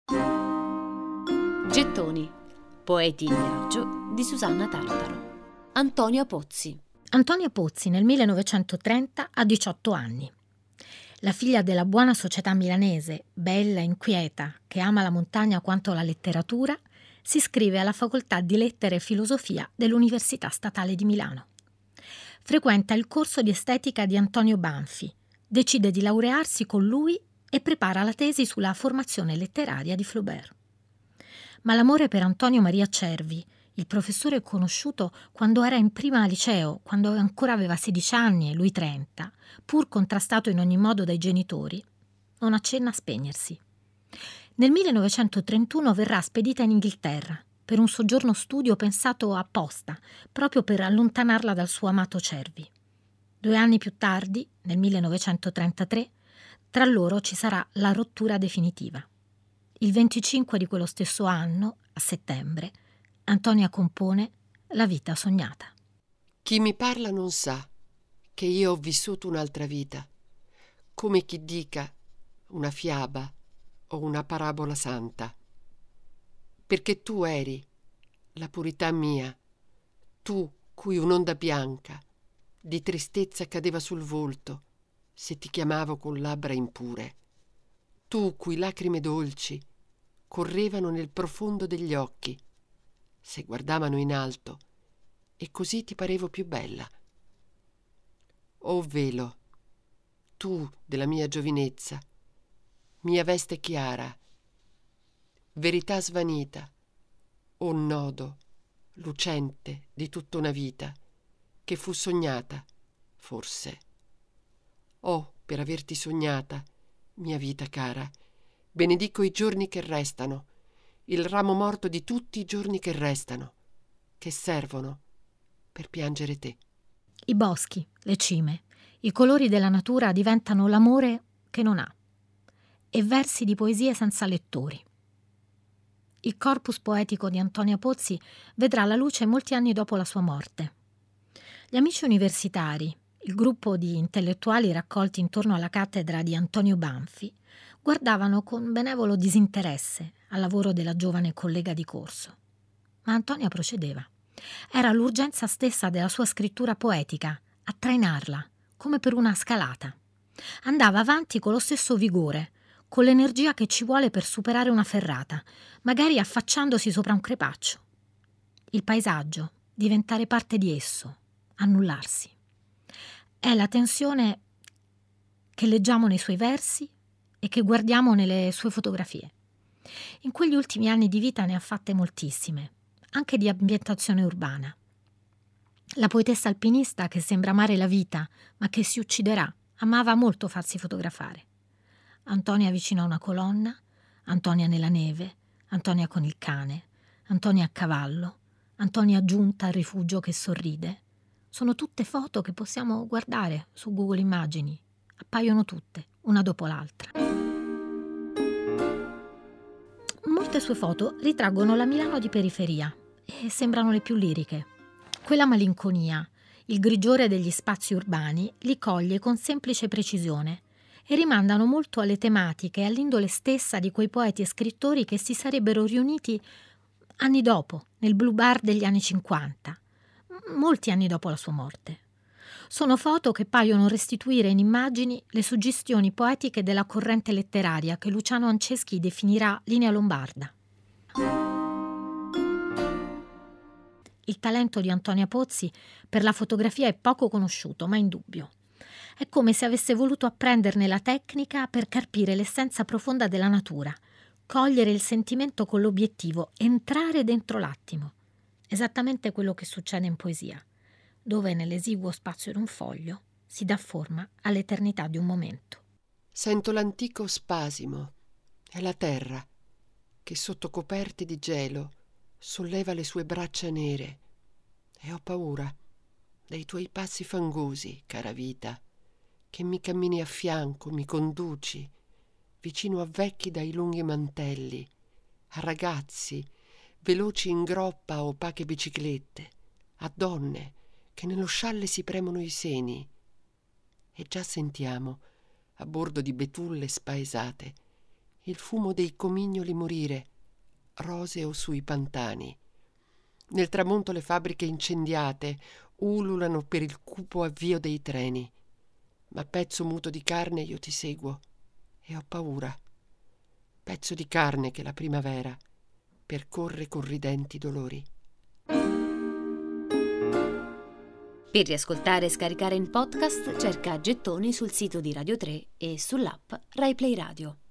Gettoni, poeti in viaggio di Susanna Tartaro. Antonia Pozzi. Antonia Pozzi nel 1930 ha 18 anni. La figlia della buona società milanese, bella e inquieta, che ama la montagna quanto la letteratura, si iscrive alla facoltà di Lettere e Filosofia dell'Università Statale di Milano. Frequenta il corso di estetica di Antonio Banfi, decide di laurearsi con lui e prepara la tesi sulla formazione letteraria di Flaubert. Ma l'amore per Antonio Maria Cervi, il professore conosciuto quando era in prima liceo, quando ancora aveva 16 anni e lui 30, pur contrastato in ogni modo dai genitori, non accenna a spegnersi. Nel 1931 verrà spedita in Inghilterra per un soggiorno studio pensato apposta, proprio per allontanarla dal suo amato Cervi. 2 anni più tardi, nel 1933, tra loro ci sarà la rottura definitiva. Il 25 di quello stesso anno, a settembre, Antonia compone La vita sognata. Chi mi parla non sa che io ho vissuto un'altra vita, come chi dica una fiaba o una parabola santa. Perché tu eri la purità mia, tu cui un'onda bianca di tristezza cadeva sul volto se ti chiamavo con labbra impure, tu cui lacrime dolci correvano nel profondo degli occhi se guardavano in alto e così ti parevo più bella. O velo, tu della mia giovinezza, mia veste chiara, verità svanita, o nodo lucente di tutta una vita che fu sognata, forse. Oh, per averti sognata, mia vita cara, benedico i giorni che restano, il ramo morto di tutti i giorni che restano, che servono per piangere te. I boschi, le cime, i colori della natura diventano l'amore che non ha, e versi di poesie senza lettori. Il corpus poetico di Antonia Pozzi vedrà la luce molti anni dopo la sua morte. Gli amici universitari, il gruppo di intellettuali raccolti intorno alla cattedra di Antonio Banfi, guardavano con benevolo disinteresse al lavoro della giovane collega di corso. Ma Antonia procedeva. Era l'urgenza stessa della sua scrittura poetica a trainarla, come per una scalata. Andava avanti con lo stesso vigore, con l'energia che ci vuole per superare una ferrata, magari affacciandosi sopra un crepaccio. Il paesaggio, diventare parte di esso, annullarsi. È la tensione che leggiamo nei suoi versi e che guardiamo nelle sue fotografie. In quegli ultimi anni di vita ne ha fatte moltissime, anche di ambientazione urbana. La poetessa alpinista che sembra amare la vita, ma che si ucciderà, amava molto farsi fotografare. Antonia vicino a una colonna, Antonia nella neve, Antonia con il cane, Antonia a cavallo, Antonia giunta al rifugio che sorride. Sono tutte foto che possiamo guardare su Google Immagini. Appaiono tutte, una dopo l'altra. Molte sue foto ritraggono la Milano di periferia e sembrano le più liriche. Quella malinconia, il grigiore degli spazi urbani, li coglie con semplice precisione e rimandano molto alle tematiche e all'indole stessa di quei poeti e scrittori che si sarebbero riuniti anni dopo, nel Blue Bar degli anni 50, molti anni dopo la sua morte. Sono foto che paiono restituire in immagini le suggestioni poetiche della corrente letteraria che Luciano Anceschi definirà linea lombarda. Il talento di Antonia Pozzi per la fotografia è poco conosciuto, ma indubbio. È come se avesse voluto apprenderne la tecnica per carpire l'essenza profonda della natura, cogliere il sentimento con l'obiettivo, entrare dentro l'attimo. Esattamente quello che succede in poesia, dove nell'esiguo spazio di un foglio si dà forma all'eternità di un momento. Sento l'antico spasimo, è la terra che sotto coperti di gelo solleva le sue braccia nere e ho paura dei tuoi passi fangosi, cara vita, che mi cammini a fianco, mi conduci vicino a vecchi dai lunghi mantelli, a ragazzi veloci in groppa a opache biciclette, a donne che nello scialle si premono i seni. E già sentiamo, a bordo di betulle spaesate, il fumo dei comignoli morire, roseo sui pantani. Nel tramonto le fabbriche incendiate ululano per il cupo avvio dei treni. Ma pezzo muto di carne io ti seguo e ho paura. Pezzo di carne che la primavera percorre con ridenti dolori. Per riascoltare e scaricare in podcast cerca Gettoni sul sito di Radio 3 e sull'app Rai Play Radio.